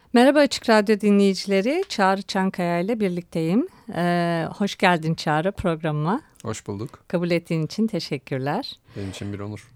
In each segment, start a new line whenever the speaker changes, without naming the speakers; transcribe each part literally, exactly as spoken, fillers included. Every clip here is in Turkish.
Merhaba Açık Radyo dinleyicileri, Çağrı Çankaya ile birlikteyim. Ee, hoş geldin Çağrı programıma.
Hoş bulduk.
Kabul ettiğin için teşekkürler.
Benim için bir onur.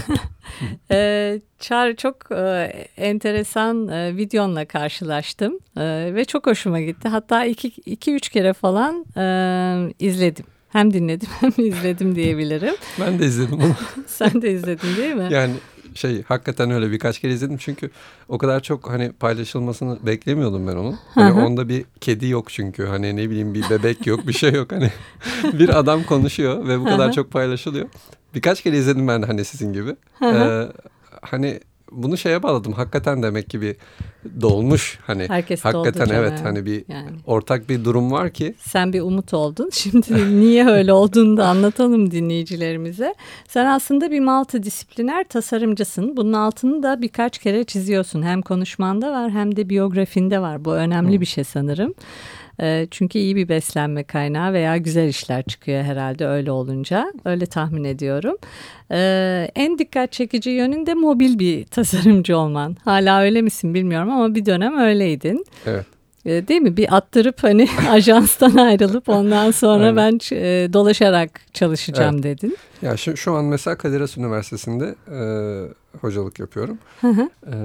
ee, Çağrı, çok e, enteresan e, videonla karşılaştım e, ve çok hoşuma gitti. Hatta iki, iki üç kere falan e, izledim. Hem dinledim hem izledim diyebilirim.
Ben de izledim onu.
Sen de izledin değil mi?
Yani şey hakikaten öyle birkaç kere izledim çünkü o kadar çok hani paylaşılmasını beklemiyordum ben onun. Hani onda bir kedi yok çünkü hani ne bileyim bir bebek yok bir şey yok hani bir adam konuşuyor ve bu kadar çok paylaşılıyor. Birkaç kere izledim ben de hani sizin gibi. ee, hani bunu şeye bağladım. Hakikaten demek ki bir dolmuş hani.
Herkes
hakikaten
doldu
evet
canım.
hani bir
yani.
ortak bir durum var ki.
Sen bir umut oldun. Şimdi niye öyle olduğunu da anlatalım dinleyicilerimize. Sen aslında bir multidisipliner tasarımcısın. Bunun altını da birkaç kere çiziyorsun. Hem konuşmanda var hem de biyografinde var. Bu önemli Hı. bir şey sanırım. Çünkü iyi bir beslenme kaynağı veya güzel işler çıkıyor herhalde öyle olunca. Öyle tahmin ediyorum. Ee, en dikkat çekici yönün de mobil bir tasarımcı olman. Hala öyle misin bilmiyorum ama bir dönem öyleydin.
Evet.
Ee, değil mi? Bir attırıp hani ajanstan ayrılıp ondan sonra ben e, dolaşarak çalışacağım evet. dedin.
Ya şu, şu an mesela Kadir Has Üniversitesi'nde e, hocalık yapıyorum.
Hı hı.
E,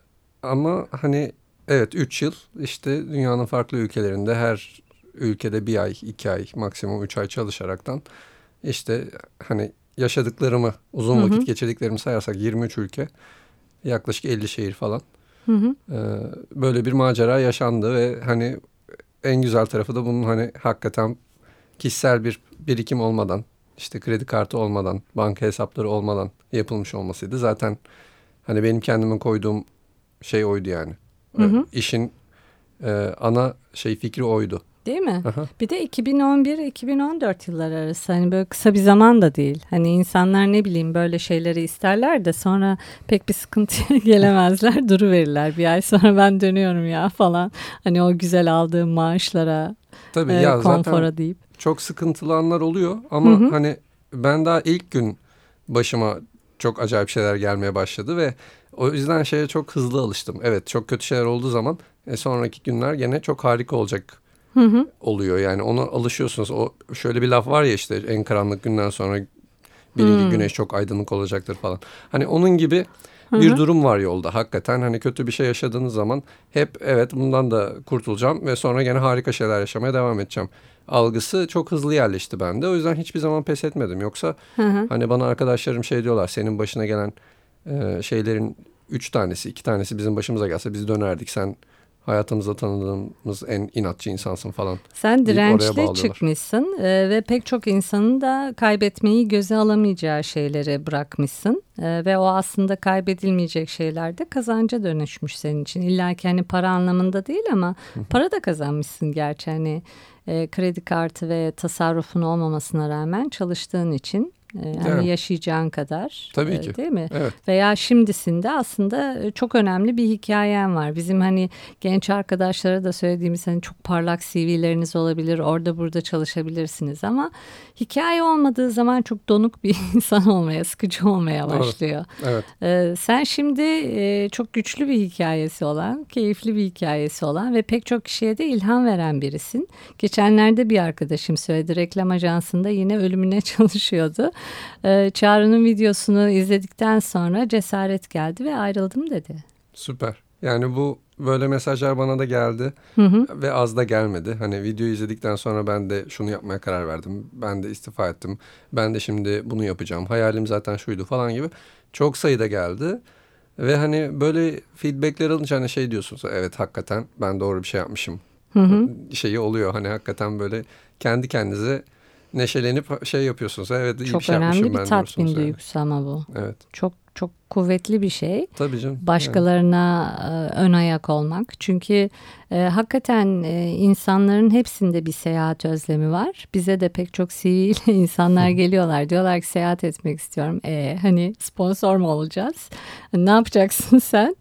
ama hani evet üç yıl işte dünyanın farklı ülkelerinde her ülkede bir ay, iki ay, maksimum üç ay çalışaraktan işte hani yaşadıklarımı, uzun vakit hı hı. geçirdiklerimi sayarsak yirmi üç ülke, yaklaşık elli şehir falan.
Hı hı.
Ee, böyle bir macera yaşandı ve hani en güzel tarafı da bunun hani hakikaten kişisel bir birikim olmadan, işte kredi kartı olmadan, banka hesapları olmadan yapılmış olmasıydı. Zaten hani benim kendime koyduğum şey oydu yani.
Hı hı.
İşin e, ana şey fikri oydu.
Değil mi?
Aha.
Bir de iki bin on bir iki bin on dört yılları arası hani böyle kısa bir zaman da değil. Hani insanlar ne bileyim böyle şeyleri isterler de sonra pek bir sıkıntıya gelemezler, duruverirler. Bir ay sonra ben dönüyorum ya falan. Hani o güzel aldığım maaşlara,
Tabii
e,
ya
konfora
zaten
deyip.
Çok sıkıntılı anlar oluyor ama hı hı. hani ben daha ilk gün başıma çok acayip şeyler gelmeye başladı ve o yüzden şeye çok hızlı alıştım. Evet çok kötü şeyler olduğu zaman e, sonraki günler gene çok harika olacak.
Hı hı.
oluyor yani ona alışıyorsunuz. O şöyle bir laf var ya işte en karanlık günden sonra birinci hmm. güneş çok aydınlık olacaktır falan. Hani onun gibi bir hı hı. durum var yolda. Hakikaten hani kötü bir şey yaşadığınız zaman hep evet bundan da kurtulacağım ve sonra gene harika şeyler yaşamaya devam edeceğim. Algısı çok hızlı yerleşti bende. O yüzden hiçbir zaman pes etmedim. Yoksa hı hı. hani bana arkadaşlarım şey diyorlar. Senin başına gelen e, şeylerin üç tanesi, iki tanesi bizim başımıza gelse biz dönerdik. Sen hayatımızda tanıdığımız en inatçı insansın falan.
Sen dirençli çıkmışsın e, ve pek çok insanın da kaybetmeyi göze alamayacağı şeyleri bırakmışsın. E, ve o aslında kaybedilmeyecek şeyler de kazanca dönüşmüş senin için. İlla ki hani para anlamında değil ama para da kazanmışsın gerçi hani e, kredi kartı ve tasarrufun olmamasına rağmen çalıştığın için. Yani evet. yaşayacağın kadar.
Tabii ki.
Değil mi?
Evet.
Veya şimdisinde aslında çok önemli bir hikayen var. Bizim hani genç arkadaşlara da söylediğimiz hani çok parlak C V'leriniz olabilir. Orada burada çalışabilirsiniz ama hikaye olmadığı zaman çok donuk bir insan olmaya, sıkıcı olmaya başlıyor.
Evet.
Ee, sen şimdi e, çok güçlü bir hikayesi olan, keyifli bir hikayesi olan ve pek çok kişiye de ilham veren birisin. Geçenlerde bir arkadaşım söyledi. Reklam ajansında yine ölümüne çalışıyordu. Ee, Çağrı'nın videosunu izledikten sonra cesaret geldi ve ayrıldım dedi.
Süper. Yani bu böyle mesajlar bana da geldi
hı hı.
ve az da gelmedi. Hani videoyu izledikten sonra ben de şunu yapmaya karar verdim. Ben de istifa ettim. Ben de şimdi bunu yapacağım. Hayalim zaten şuydu falan gibi. Çok sayıda geldi. Ve hani böyle feedbackler alınca hani şey diyorsunuz. Evet hakikaten ben doğru bir şey yapmışım.
Hı hı.
Şeyi oluyor hani hakikaten böyle kendi kendinize neşelenip şey yapıyorsunuz. Evet iyi
çok
bir şey yapmışım ben
diyorsunuz. Çok önemli bir tatmin
yani.
duygusu ama bu.
Evet.
Çok çok kuvvetli bir şey.
Tabii canım.
Başkalarına yani. ön ayak olmak. Çünkü e, hakikaten e, insanların hepsinde bir seyahat özlemi var. Bize de pek çok C V ile insanlar geliyorlar. Diyorlar ki seyahat etmek istiyorum. E, hani sponsor mu olacağız? Ne yapacaksın sen?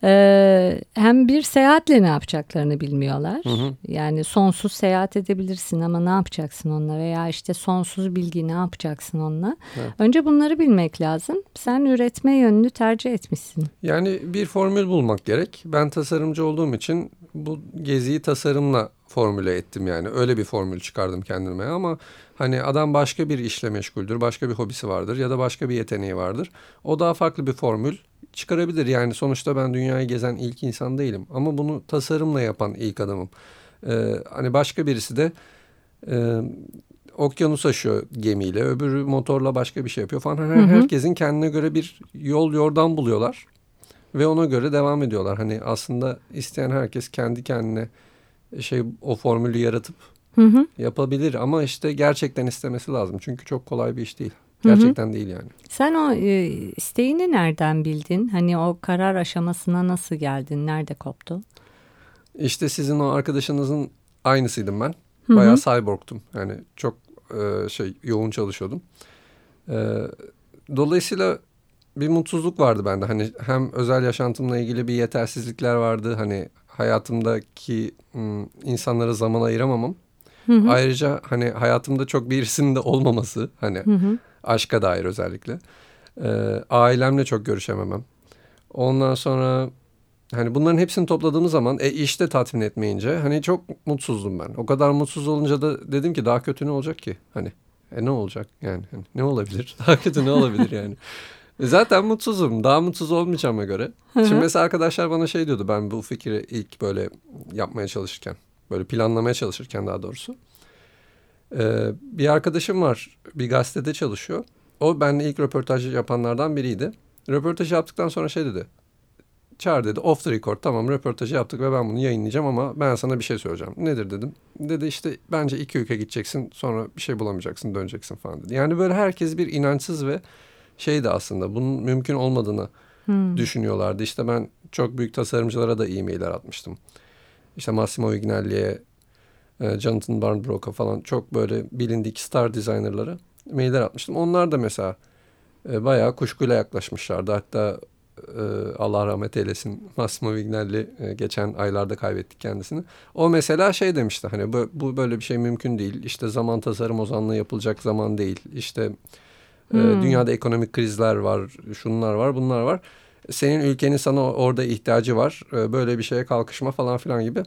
E, hem bir seyahatle ne yapacaklarını bilmiyorlar.
Hı hı.
Yani sonsuz seyahat edebilirsin ama ne yapacaksın onunla? Veya işte sonsuz bilgi ne yapacaksın onunla? Evet. Önce bunları bilmek lazım. Sen üret etme yönünü tercih etmişsin.
Yani bir formül bulmak gerek. Ben tasarımcı olduğum için bu geziyi tasarımla formüle ettim yani. Öyle bir formül çıkardım kendime ama hani adam başka bir işle meşguldür, başka bir hobisi vardır ya da başka bir yeteneği vardır. O daha farklı bir formül çıkarabilir. Yani sonuçta ben dünyayı gezen ilk insan değilim ama bunu tasarımla yapan ilk adamım. Ee, hani başka birisi de e, okyanus aşıyor gemiyle, öbürü motorla başka bir şey yapıyor falan. Hani hı hı. Herkesin kendine göre bir yol yordam buluyorlar ve ona göre devam ediyorlar. Hani aslında isteyen herkes kendi kendine şey o formülü yaratıp hı hı. yapabilir ama işte gerçekten istemesi lazım. Çünkü çok kolay bir iş değil. Gerçekten hı hı. değil yani.
Sen o e, isteğini nereden bildin? Hani o karar aşamasına nasıl geldin? Nerede koptu?
İşte sizin o arkadaşınızın aynısıydım ben. Bayağı hı hı. cyborg'tum. Yani çok e, şey yoğun çalışıyordum. E, dolayısıyla bir mutsuzluk vardı bende. Hani hem özel yaşantımla ilgili bir yetersizlikler vardı. Hani hayatımdaki ım, insanlara zaman ayıramamam. Hı hı. Ayrıca hani hayatımda çok birisinin de olmaması. Hani hı hı. aşka dair özellikle. E, ailemle çok görüşememem. Ondan sonra hani bunların hepsini topladığımız zaman e, işte tatmin etmeyince hani çok mutsuzdum ben. O kadar mutsuz olunca da dedim ki daha kötü ne olacak ki? Hani e, ne olacak yani? Hani, ne olabilir? Daha kötü ne olabilir yani? E, zaten mutsuzum. Daha mutsuz olmayacağıma göre. Şimdi mesela arkadaşlar bana şey diyordu ben bu fikri ilk böyle yapmaya çalışırken. Böyle planlamaya çalışırken daha doğrusu. Ee, bir arkadaşım var. Bir gazetede çalışıyor. O benimle ilk röportaj yapanlardan biriydi. Röportajı yaptıktan sonra şey dedi. Çağır dedi off the record tamam röportajı yaptık ve ben bunu yayınlayacağım ama ben sana bir şey söyleyeceğim. Nedir dedim. Dedi işte bence iki ülke gideceksin sonra bir şey bulamayacaksın döneceksin falan dedi. Yani böyle herkes bir inançsız ve şeydi aslında bunun mümkün olmadığını hmm. düşünüyorlardı. İşte ben çok büyük tasarımcılara da e-mailler atmıştım. İşte Massimo Vignelli'ye, Jonathan Barnbrook'a falan çok böyle bilindik star designerlara mailler atmıştım. Onlar da mesela bayağı kuşkuyla yaklaşmışlardı. Hatta Allah rahmet eylesin Massimo Vignelli geçen aylarda kaybettik kendisini. O mesela şey demişti hani bu, bu böyle bir şey mümkün değil. İşte zaman tasarım ozanlığı yapılacak zaman değil. İşte hmm. dünyada ekonomik krizler var, şunlar var, bunlar var. Senin ülkenin sana orada ihtiyacı var. Böyle bir şeye kalkışma falan filan gibi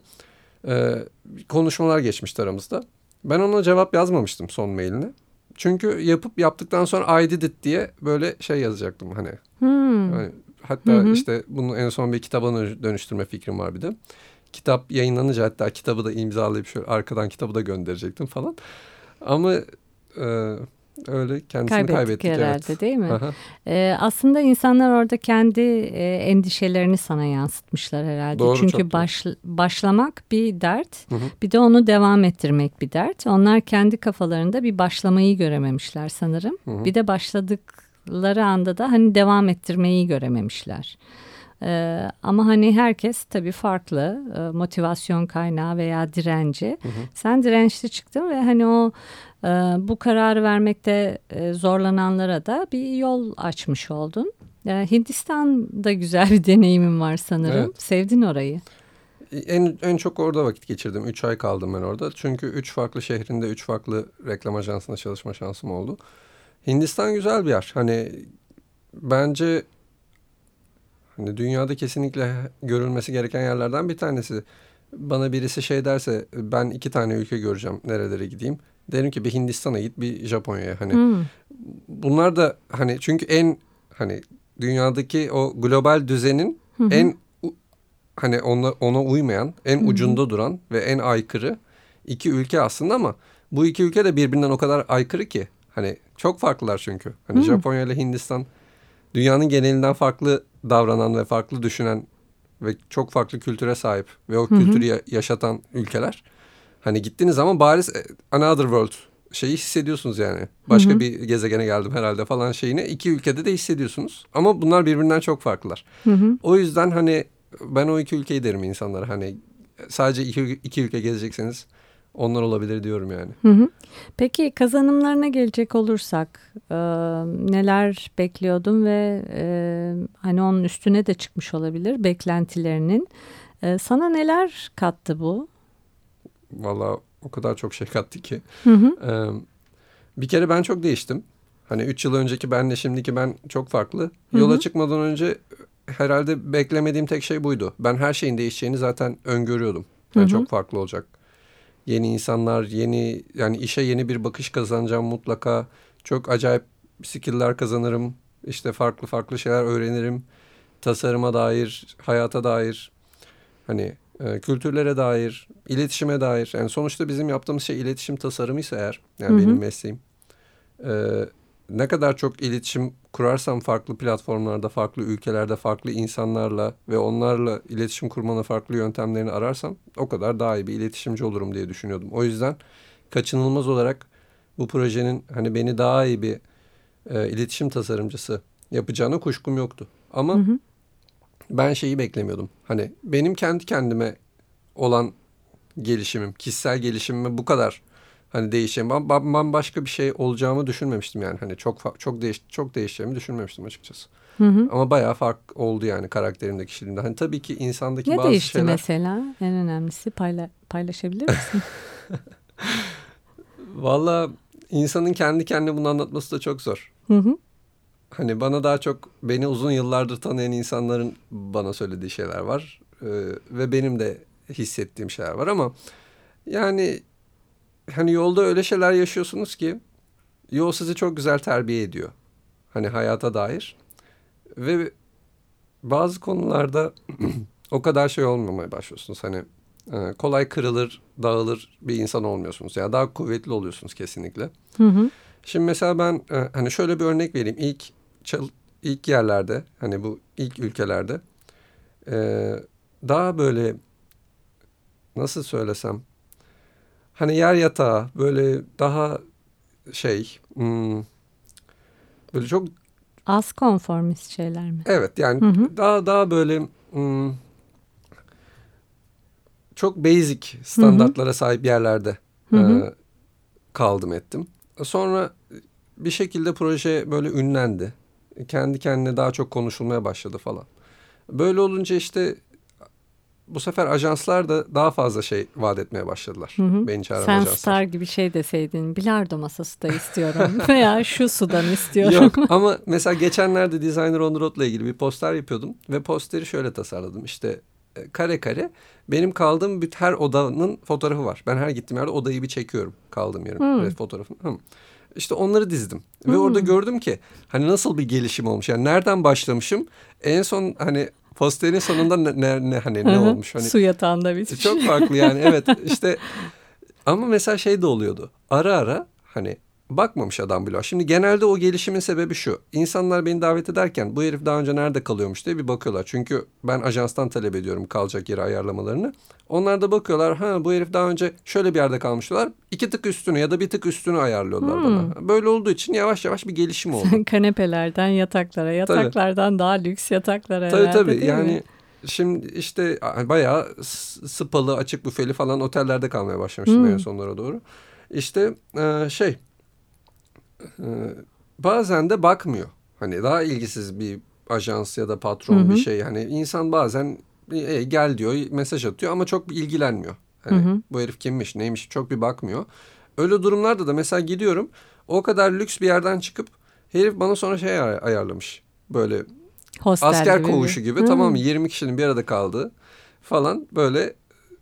konuşmalar geçmişti aramızda. Ben ona cevap yazmamıştım son mailine. Çünkü yapıp yaptıktan sonra I did it diye böyle şey yazacaktım hani. Hmm. hani hatta hı hı. işte bunu en son bir kitaba dönüştürme fikrim var bir de. Kitap yayınlanınca hatta kitabı da imzalayıp şöyle arkadan kitabı da gönderecektim falan. Ama e, öyle kendisini kaybettik. Kaybettik
herhalde
evet.
değil mi? Ee, aslında insanlar orada kendi e, endişelerini sana yansıtmışlar herhalde.
Doğru,
çünkü baş, başlamak bir dert. Hı hı. Bir de onu devam ettirmek bir dert. Onlar kendi kafalarında bir başlamayı görememişler sanırım. Hı hı. Bir de başladıkları anda da hani devam ettirmeyi görememişler. Ee, ama hani herkes tabii farklı e, motivasyon kaynağı veya direnci. Hı hı. Sen dirençli çıktın ve hani o e, bu kararı vermekte e, zorlananlara da bir yol açmış oldun. E, Hindistan'da güzel bir deneyimin var sanırım. Evet. Sevdin orayı.
En, en çok orada vakit geçirdim. Üç ay kaldım ben orada. Çünkü üç farklı şehrinde üç farklı reklam ajansında çalışma şansım oldu. Hindistan güzel bir yer. Hani bence hani dünyada kesinlikle görülmesi gereken yerlerden bir tanesi. Bana birisi şey derse ben iki tane ülke göreceğim nerelere gideyim. Derim ki bir Hindistan'a git bir Japonya'ya. Hani hmm. bunlar da hani çünkü en hani dünyadaki o global düzenin hı hı. en hani ona, ona uymayan en hı hı. ucunda duran ve en aykırı iki ülke aslında ama bu iki ülke de birbirinden o kadar aykırı ki. Hani çok farklılar çünkü. Hani hmm. Japonya ile Hindistan dünyanın genelinden farklı davranan ve farklı düşünen ve çok farklı kültüre sahip ve o hı hı. kültürü ya- yaşatan ülkeler. Hani gittiğiniz zaman bariz another world şeyi hissediyorsunuz yani. Başka hı hı. bir gezegene geldim herhalde falan şeyini iki ülkede de hissediyorsunuz. Ama bunlar birbirinden çok farklılar. Hı hı. O yüzden hani ben o iki ülkeyi derim insanlara. Hani sadece iki, iki ülke gezecekseniz onlar olabilir diyorum yani.
Hı hı. Peki kazanımlarına gelecek olursak e, neler bekliyordun ve e, hani onun üstüne de çıkmış olabilir beklentilerinin. E, sana neler kattı bu?
Vallahi o kadar çok şey kattı ki. Hı hı. E, bir kere ben çok değiştim. Hani üç yıl önceki benle şimdiki ben çok farklı. Yola hı hı. çıkmadan önce herhalde beklemediğim tek şey buydu. Ben her şeyin değişeceğini zaten öngörüyordum. Yani hı hı. Çok farklı olacak. Yeni insanlar, yeni yani işe yeni bir bakış kazanacağım mutlaka. Çok acayip skill'ler kazanırım. İşte farklı farklı şeyler öğrenirim. Tasarıma dair, hayata dair, hani e, kültürlere dair, iletişime dair. Yani sonuçta bizim yaptığımız şey iletişim tasarımıysa eğer, yani hı hı. benim mesleğim. E, ne kadar çok iletişim kurarsam farklı platformlarda, farklı ülkelerde, farklı insanlarla ve onlarla iletişim kurmanın farklı yöntemlerini ararsam o kadar daha iyi bir iletişimci olurum diye düşünüyordum. O yüzden kaçınılmaz olarak bu projenin hani beni daha iyi bir e, iletişim tasarımcısı yapacağına kuşkum yoktu. Ama hı hı. ben şeyi beklemiyordum. Hani benim kendi kendime olan gelişimim, kişisel gelişimime bu kadar hani değişeceğim. Ben, ben başka bir şey olacağımı düşünmemiştim yani. Hani çok çok değiş çok değişeceğimi düşünmemiştim açıkçası. Hı hı. Ama bayağı fark oldu yani karakterimde, kişiliğimde. Hani tabii ki insandaki
ne
bazı
değişti
şeyler.
Ne değişti mesela? En önemlisi payla paylaşabilir misin?
Vallahi insanın kendi kendine bunu anlatması da çok zor. Hı hı. Hani bana daha çok beni uzun yıllardır tanıyan insanların bana söylediği şeyler var. Ee, ve benim de hissettiğim şeyler var ama yani hani yolda öyle şeyler yaşıyorsunuz ki yol sizi çok güzel terbiye ediyor. Hani hayata dair. Ve bazı konularda o kadar şey olmamaya başlıyorsunuz. Hani e, kolay kırılır, dağılır bir insan olmuyorsunuz. Yani daha kuvvetli oluyorsunuz kesinlikle. Hı hı. Şimdi mesela ben e, hani şöyle bir örnek vereyim. İlk çal, ilk yerlerde, hani bu ilk ülkelerde e, daha böyle nasıl söylesem, hani yer yatağı böyle daha şey hmm, böyle çok
az konformist şeyler mi?
Evet yani hı hı. daha daha böyle hmm, çok basic standartlara hı hı. sahip yerlerde hı hı. E, kaldım ettim. Sonra bir şekilde proje böyle ünlendi. Kendi kendine daha çok konuşulmaya başladı falan. Böyle olunca işte bu sefer ajanslar da daha fazla şey vaat etmeye başladılar.
Hı hı.
Beni çağıran
Sen
ajanslar.
Star gibi şey deseydin, bilardo masası da istiyorum veya şu sudan istiyorum.
Yok ama mesela geçenlerde Designer on the Road'la ilgili bir poster yapıyordum ve posteri şöyle tasarladım. İşte kare kare benim kaldığım bir her odanın fotoğrafı var. Ben her gittiğim yerde odayı bir çekiyorum kaldığım yerin hmm. fotoğrafını. Hmm. İşte onları dizdim hmm. ve orada gördüm ki hani nasıl bir gelişim olmuş. Yani nereden başlamışım, en son hani posterin sonunda ne, ne, ne hani ne olmuş? Hani
su yatağında bitmiş.
Çok farklı yani evet işte ama mesela şey de oluyordu. Ara ara hani bakmamış adam bile. Şimdi genelde o gelişimin sebebi şu. İnsanlar beni davet ederken bu herif daha önce nerede kalıyormuş diye bir bakıyorlar. Çünkü ben ajanstan talep ediyorum kalacak yeri ayarlamalarını. Onlar da bakıyorlar, ha bu herif daha önce şöyle bir yerde kalmış diyorlar. İki tık üstünü ya da bir tık üstünü ayarlıyorlar hmm. bana. Böyle olduğu için yavaş yavaş bir gelişim oldu.
Kanepelerden yataklara, yataklardan tabii. daha lüks yataklara
tabii,
herhalde
tabii.
değil
yani,
mi?
Şimdi işte bayağı spalı, açık büfeli falan otellerde kalmaya başlamıştım hmm. en sonlara doğru. İşte şey bazen de bakmıyor. Hani daha ilgisiz bir ajans ya da patron hı hı. bir şey. Hani insan bazen e, gel diyor, mesaj atıyor ama çok ilgilenmiyor. Hani hı hı. bu herif kimmiş, neymiş çok bir bakmıyor. Öyle durumlarda da mesela gidiyorum, o kadar lüks bir yerden çıkıp herif bana sonra şey ay- ayarlamış. Böyle hostel asker gibi koğuşu gibi hmm. tamam mı? yirmi kişinin bir arada kaldığı falan böyle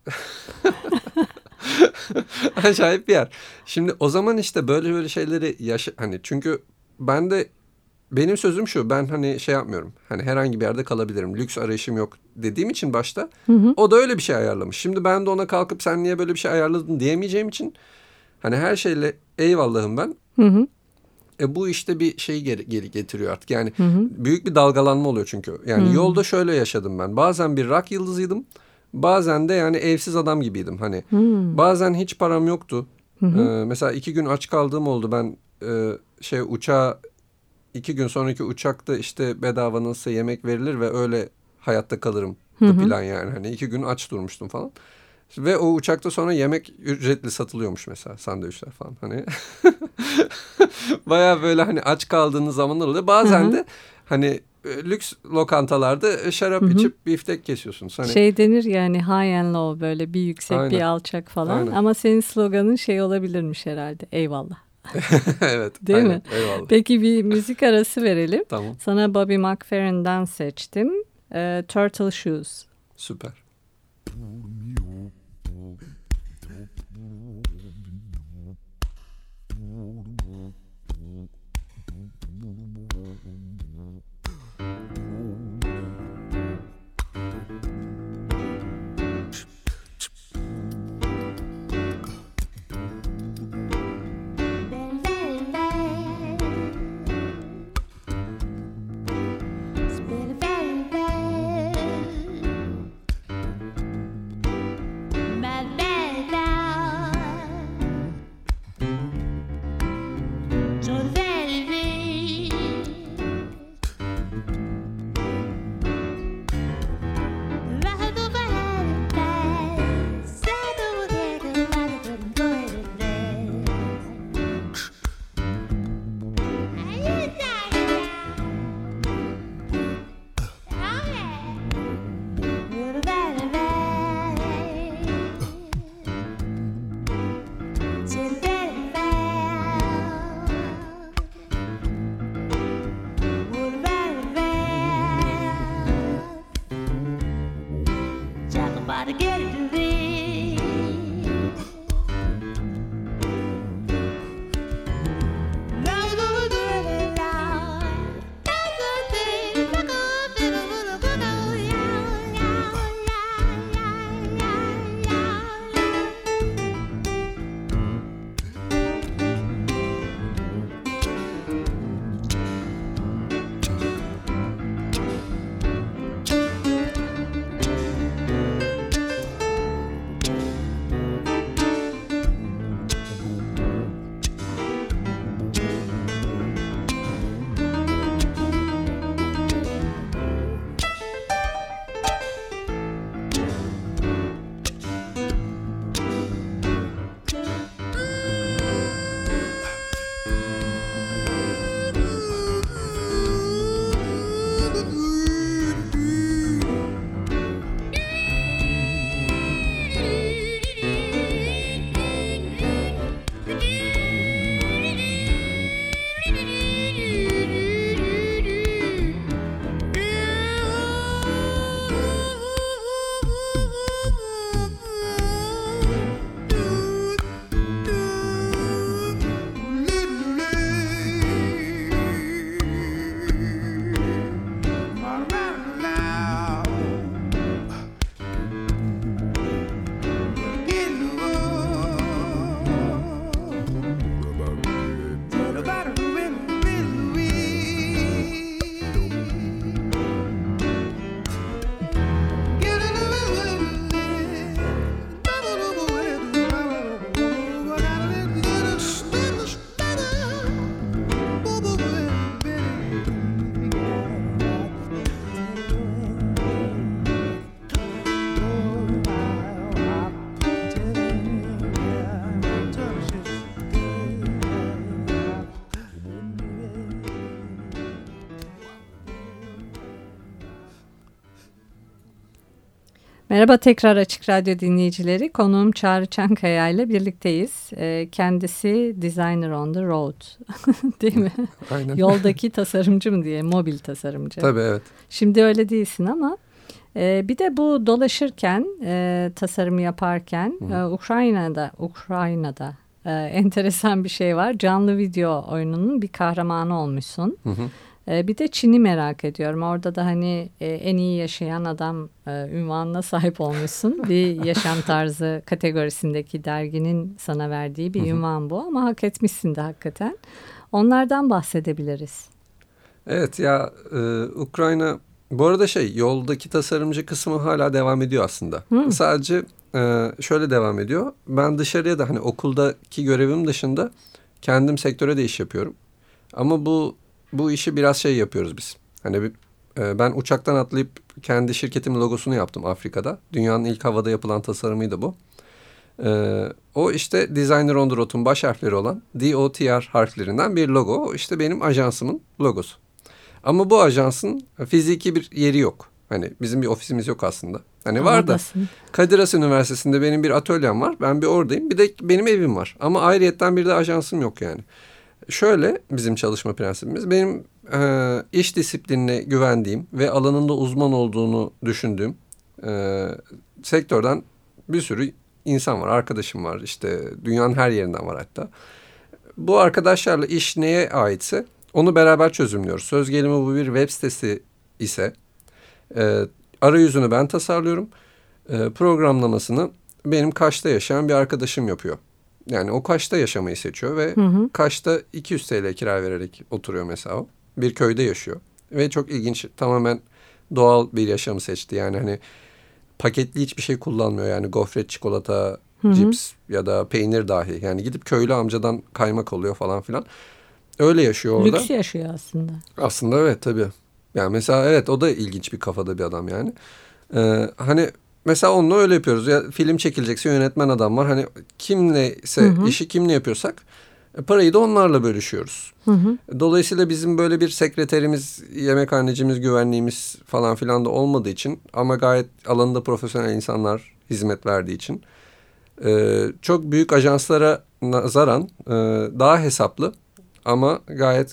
acayip bir yer. Şimdi o zaman işte böyle böyle şeyleri yaşa hani çünkü ben de benim sözüm şu, ben hani şey yapmıyorum. Hani herhangi bir yerde kalabilirim. Lüks arayışım yok dediğim için başta hı hı. o da öyle bir şey ayarlamış. Şimdi ben de ona kalkıp sen niye böyle bir şey ayarladın diyemeyeceğim için hani her şeyle eyvallahım ben. Hı hı. E bu işte bir şey geri, geri getiriyor artık. Yani hı hı. büyük bir dalgalanma oluyor çünkü. Yani hı. yolda şöyle yaşadım ben. Bazen bir rock yıldızıydım. Bazen de yani evsiz adam gibiydim. Hani hı. bazen hiç param yoktu. Hı hı. Ee, mesela iki gün aç kaldığım oldu. Ben e, şey uçağa iki gün sonraki uçakta işte bedava nasıl yemek verilir ve öyle hayatta kalırım da plan yani. Hani iki gün aç durmuştum falan. Ve o uçakta sonra yemek ücretli satılıyormuş mesela, sandviçler falan hani. Baya böyle hani aç kaldığınız zamanlar oluyor. Bazen Hı-hı. de hani lüks lokantalarda şarap Hı-hı. içip biftek kesiyorsunuz. Hani...
Şey denir yani high and low, böyle bir yüksek Aynen. bir alçak falan. Aynen. Ama senin sloganın şey olabilirmiş herhalde, eyvallah.
Evet.
Değil
aynen,
mi?
Eyvallah.
Peki bir müzik arası verelim.
Tamam.
Sana Bobby McFerrin'den seçtim. Ee, Turtle Shoes.
Süper.
Merhaba tekrar Açık Radyo dinleyicileri. Konuğum Çağrı Çankaya ile birlikteyiz. Kendisi Designer on the Road. Değil mi?
Aynen.
Yoldaki tasarımcı mı diye, mobil tasarımcı.
Tabii evet.
Şimdi öyle değilsin ama bir de bu dolaşırken, tasarım yaparken Hı. Ukrayna'da, Ukrayna'da enteresan bir şey var. Canlı video oyununun bir kahramanı olmuşsun. Hı hı. Bir de Çin'i merak ediyorum. Orada da hani en iyi yaşayan adam ünvanına sahip olmuşsun. Bir yaşam tarzı kategorisindeki derginin sana verdiği bir ünvan bu. Ama hak etmişsin de hakikaten. Onlardan bahsedebiliriz.
Evet ya e, Ukrayna bu arada şey yoldaki tasarımcı kısmı hala devam ediyor aslında. Hı. Sadece e, şöyle devam ediyor. Ben dışarıya da hani okuldaki görevim dışında kendim sektöre de iş yapıyorum. Ama bu Bu işi biraz şey yapıyoruz biz. Hani bir, e, ben uçaktan atlayıp kendi şirketimin logosunu yaptım Afrika'da. Dünyanın ilk havada yapılan tasarımıydı bu. E, o işte Designer on the Road'un baş harfleri olan D O T R harflerinden bir logo. O işte benim ajansımın logosu. Ama bu ajansın fiziki bir yeri yok. Hani bizim bir ofisimiz yok aslında. Hani var da
Oradasın.
Kadir Has Üniversitesi'nde benim bir atölyem var. Ben bir oradayım. Bir de benim evim var. Ama ayrıyetten bir de ajansım yok yani. Şöyle bizim çalışma prensibimiz. Benim e, iş disiplinine güvendiğim ve alanında uzman olduğunu düşündüğüm e, sektörden bir sürü insan var. Arkadaşım var. İşte dünyanın her yerinden var hatta. Bu arkadaşlarla iş neye aitse onu beraber çözümlüyoruz. Söz gelimi bu bir web sitesi ise e, arayüzünü ben tasarlıyorum. E, programlamasını benim Kaş'ta yaşayan bir arkadaşım yapıyor. Yani o Kaş'ta yaşamayı seçiyor ve hı hı. Kaş'ta iki yüz T L kira vererek oturuyor mesela o. Bir köyde yaşıyor. Ve çok ilginç, tamamen doğal bir yaşamı seçti. Yani hani paketli hiçbir şey kullanmıyor. Yani gofret, çikolata, hı hı. cips ya da peynir dahi. Yani gidip köylü amcadan kaymak alıyor falan filan. Öyle yaşıyor orada.
Lüks yaşıyor aslında.
Aslında evet tabii. Yani mesela evet o da ilginç bir kafada bir adam yani. Ee, hani mesela onunla öyle yapıyoruz. Ya film çekilecekse yönetmen adam var. Hani kimleyse hı hı. işi kimle yapıyorsak parayı da onlarla bölüşüyoruz. Hı hı. Dolayısıyla bizim böyle bir sekreterimiz, yemekhanecimiz, güvenliğimiz falan filan da olmadığı için ama gayet alanında profesyonel insanlar hizmet verdiği için e, çok büyük ajanslara nazaran e, daha hesaplı ama gayet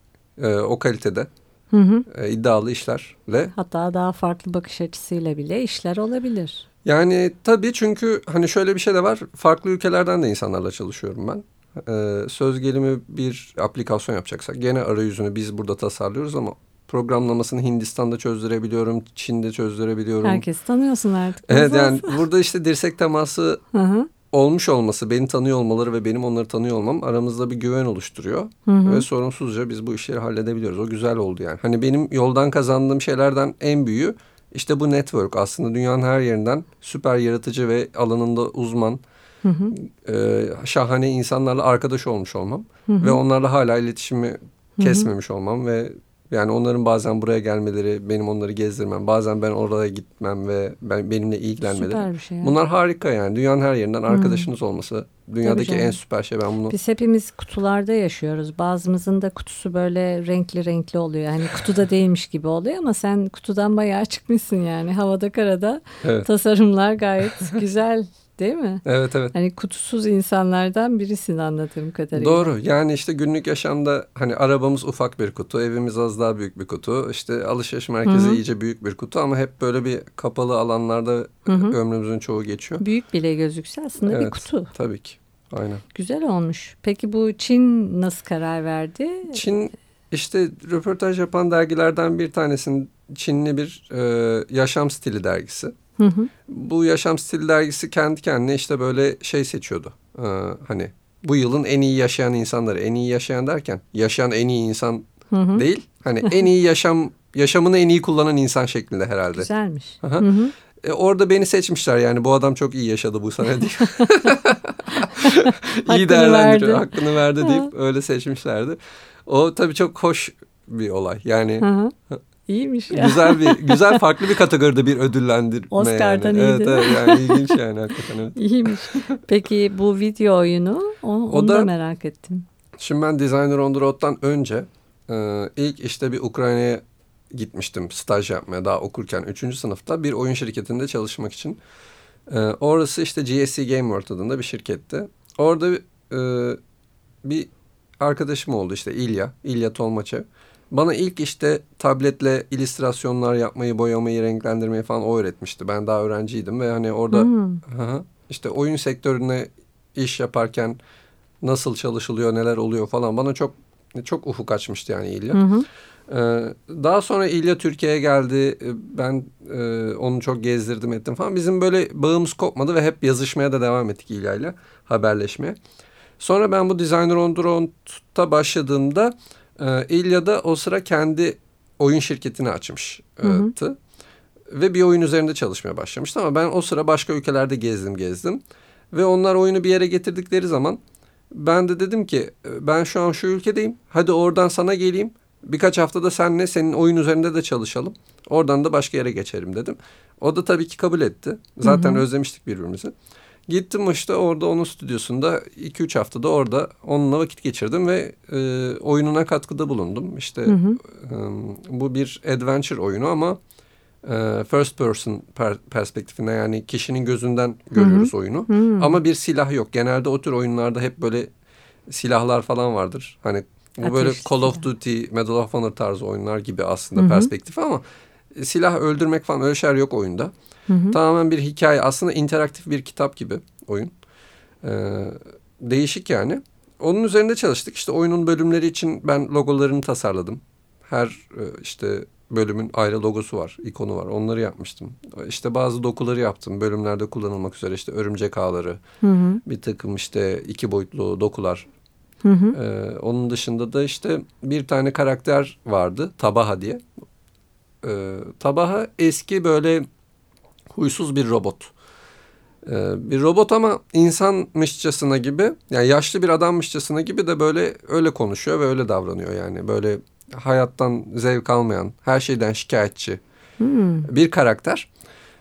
e, o kalitede. Hı hı. E, iddialı işlerle.
Hatta daha farklı bakış açısıyla bile işler olabilir.
Yani tabii çünkü hani şöyle bir şey de var. Farklı ülkelerden de insanlarla çalışıyorum ben. Ee, söz gelimi bir aplikasyon yapacaksak gene arayüzünü biz burada tasarlıyoruz ama programlamasını Hindistan'da çözdürebiliyorum, Çin'de çözdürebiliyorum.
Herkes tanıyorsun artık.
Evet yani burada işte dirsek teması hı hı. olmuş olması, beni tanıyor olmaları ve benim onları tanıyor olmam aramızda bir güven oluşturuyor. Hı hı. Ve sorunsuzca biz bu işleri halledebiliyoruz. O güzel oldu yani. Hani benim yoldan kazandığım şeylerden en büyüğü işte bu network. Aslında dünyanın her yerinden süper yaratıcı ve alanında uzman, hı hı. E, şahane insanlarla arkadaş olmuş olmam. Hı hı. Ve onlarla hala iletişimi kesmemiş hı hı. olmam ve yani onların bazen buraya gelmeleri, benim onları gezdirmem, bazen ben oraya gitmem ve ben benimle ilgilenmeleri.
Süper bir şey. Yani.
Bunlar harika yani. Dünyanın her yerinden arkadaşınız hmm. olması dünyadaki en süper şey. Ben bunu.
Biz hepimiz kutularda yaşıyoruz. Bazımızın da kutusu böyle renkli renkli oluyor. Hani kutuda değilmiş gibi oluyor ama sen kutudan bayağı çıkmışsın yani. Havada karada evet. Tasarımlar gayet güzel. Değil mi?
Evet evet.
Hani kutusuz insanlardan birisin anladığım kadarıyla.
Doğru. Yani işte günlük yaşamda hani arabamız ufak bir kutu, evimiz az daha büyük bir kutu. İşte alışveriş merkezi Hı-hı. iyice büyük bir kutu ama hep böyle bir kapalı alanlarda Hı-hı. ömrümüzün çoğu geçiyor.
Büyük bile gözükse aslında
evet,
bir kutu.
Tabii ki. Aynen.
Güzel olmuş. Peki bu Çin nasıl karar verdi?
Çin işte röportaj yapan dergilerden bir tanesinin Çinli bir e, yaşam stili dergisi. Hı hı. Bu yaşam stili dergisi kendi kendine işte böyle şey seçiyordu. Ee, hani bu yılın en iyi yaşayan insanları, en iyi yaşayan derken yaşayan en iyi insan hı hı. değil. Hani en iyi yaşam yaşamını en iyi kullanan insan şeklinde herhalde.
Güzelmiş.
Hı hı. E, orada beni seçmişler yani bu adam çok iyi yaşadı bu sene diye. İyi değerlendiriyor, hakkını verdi deyip öyle seçmişlerdi. O tabii çok hoş bir olay. Yani
hı hı. İyiymiş ya.
Güzel bir güzel farklı bir kategoride bir ödüllendirme.
Oscar'dan
yani.
iyiydi.
Evet, evet yani ilginç yani hakikaten. Evet.
İyiymiş. Peki bu video oyunu onu, onu da, da merak ettim.
Şimdi ben Designer on the Road'dan önce e, ilk işte bir Ukrayna'ya gitmiştim staj yapmaya daha okurken üçüncü sınıfta bir oyun şirketinde çalışmak için. E, orası işte G S C Game World adında bir şirketti. Orada e, bir arkadaşım oldu işte İlya, İlya Tolmaçev. Bana ilk işte tabletle illüstrasyonlar yapmayı, boyamayı, renklendirmeyi falan o öğretmişti. Ben daha öğrenciydim ve hani orada hmm. hı, işte oyun sektörüne iş yaparken nasıl çalışılıyor, neler oluyor falan bana çok çok ufuk açmıştı yani İlya. Hı hı. Ee, daha sonra İlya Türkiye'ye geldi. Ben e, onu çok gezdirdim ettim falan. Bizim böyle bağımız kopmadı ve hep yazışmaya da devam ettik İlya'yla, haberleşmeye. Sonra ben bu Designer on the Road'ta başladığımda Ee, İlya da o sıra kendi oyun şirketini açmıştı. Hı hı. Ve bir oyun üzerinde çalışmaya başlamıştı. Ama ben o sıra başka ülkelerde gezdim gezdim. Ve onlar oyunu bir yere getirdikleri zaman ben de dedim ki ben şu an şu ülkedeyim. Hadi oradan sana geleyim. Birkaç haftada seninle senin oyun üzerinde de çalışalım. Oradan da başka yere geçerim dedim. O da tabii ki kabul etti. Zaten hı hı. özlemiştik birbirimizi. Gittim işte orada onun stüdyosunda iki üç haftada orada onunla vakit geçirdim ve e, oyununa katkıda bulundum. İşte hı hı. E, bu bir adventure oyunu ama e, first person per, perspektifine, yani kişinin gözünden görüyoruz, hı hı, oyunu. Hı. Ama bir silah yok. Genelde o tür oyunlarda hep böyle silahlar falan vardır. Hani bu Ateş böyle Call of Duty, Medal of Honor tarzı oyunlar gibi aslında, hı hı, perspektifi, ama silah öldürmek falan öyle şeyler yok oyunda. Hı hı. Tamamen bir hikaye. Aslında interaktif bir kitap gibi oyun. Ee, değişik yani. Onun üzerinde çalıştık. İşte oyunun bölümleri için ben logolarını tasarladım. Her işte bölümün ayrı logosu var, ikonu var. Onları yapmıştım. İşte bazı dokuları yaptım. Bölümlerde kullanılmak üzere işte örümcek ağları, hı hı, bir takım işte iki boyutlu dokular. Hı hı. Ee, onun dışında da işte bir tane karakter vardı, Tabaha diye. Ee, Tabaha eski böyle huysuz bir robot. Ee, bir robot ama insanmışçasına gibi, yani yaşlı bir adammışçasına gibi de böyle öyle konuşuyor ve öyle davranıyor yani. Böyle hayattan zevk almayan, her şeyden şikayetçi, hmm, bir karakter.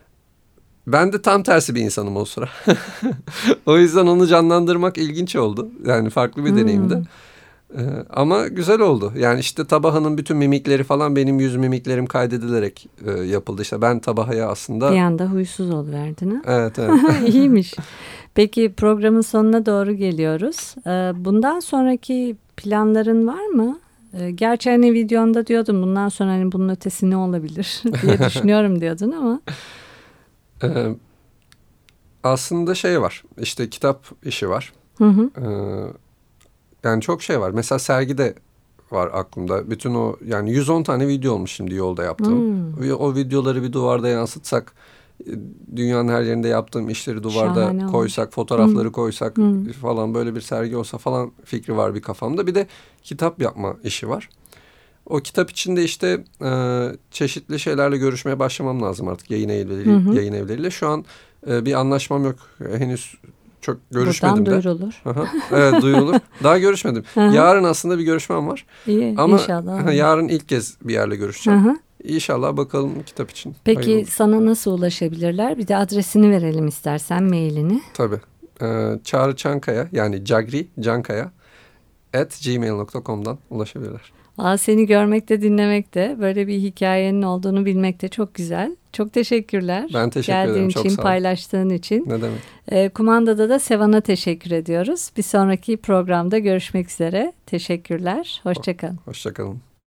Ben de tam tersi bir insanım o sıra. O yüzden onu canlandırmak ilginç oldu. Yani farklı bir hmm. deneyimdi. Ee, ama güzel oldu. Yani işte Tabaha'nın bütün mimikleri falan benim yüz mimiklerim kaydedilerek e, yapıldı. İşte ben Tabaha'ya aslında...
Bir anda huysuz oluverdin ha?
Evet, evet.
İyiymiş. Peki programın sonuna doğru geliyoruz. Ee, bundan sonraki planların var mı? Ee, gerçi hani videonda diyordun bundan sonra hani bunun ötesi ne olabilir diye düşünüyorum diyordun ama...
Ee, aslında şey var. İşte kitap işi var. Hı hı. Ee, yani çok şey var. Mesela sergide var aklımda. Bütün o yani yüz on tane video olmuş şimdi yolda yaptığım. Hmm. O videoları bir duvarda yansıtsak, dünyanın her yerinde yaptığım işleri duvarda Şahane koysak, olmuş. Fotoğrafları hmm. koysak hmm. falan, böyle bir sergi olsa falan fikri var bir kafamda. Bir de kitap yapma işi var. O kitap içinde işte e, çeşitli şeylerle görüşmeye başlamam lazım artık, yayın evleriyle. Hmm. Yayın evleriyle. Şu an e, bir anlaşmam yok. Henüz çok görüşmedim.
Buradan de. Duyurulur.
Evet, duyurulur. Daha görüşmedim. Yarın aslında bir görüşmem var.
İyi,
ama
inşallah.
Yarın ilk kez bir yerle görüşeceğim. Hı hı. İnşallah bakalım kitap için.
Peki hayırlı. Sana nasıl ulaşabilirler? Bir de adresini verelim istersen, mailini.
Tabii. Ee, Çağrı Çankaya, yani Cagri Cankaya at gmail nokta com'dan ulaşabilirler.
Aa, seni görmek de dinlemek de, böyle bir hikayenin olduğunu bilmek de çok güzel. Çok teşekkürler.
Ben teşekkür
Geldiğin
ederim.
için,
çok sağ ol.
paylaştığın için.
Ne demek.
Ee, kumandada da Sevan'a teşekkür ediyoruz. Bir sonraki programda görüşmek üzere. Teşekkürler. Hoşça kalın.
Hoşça kalın.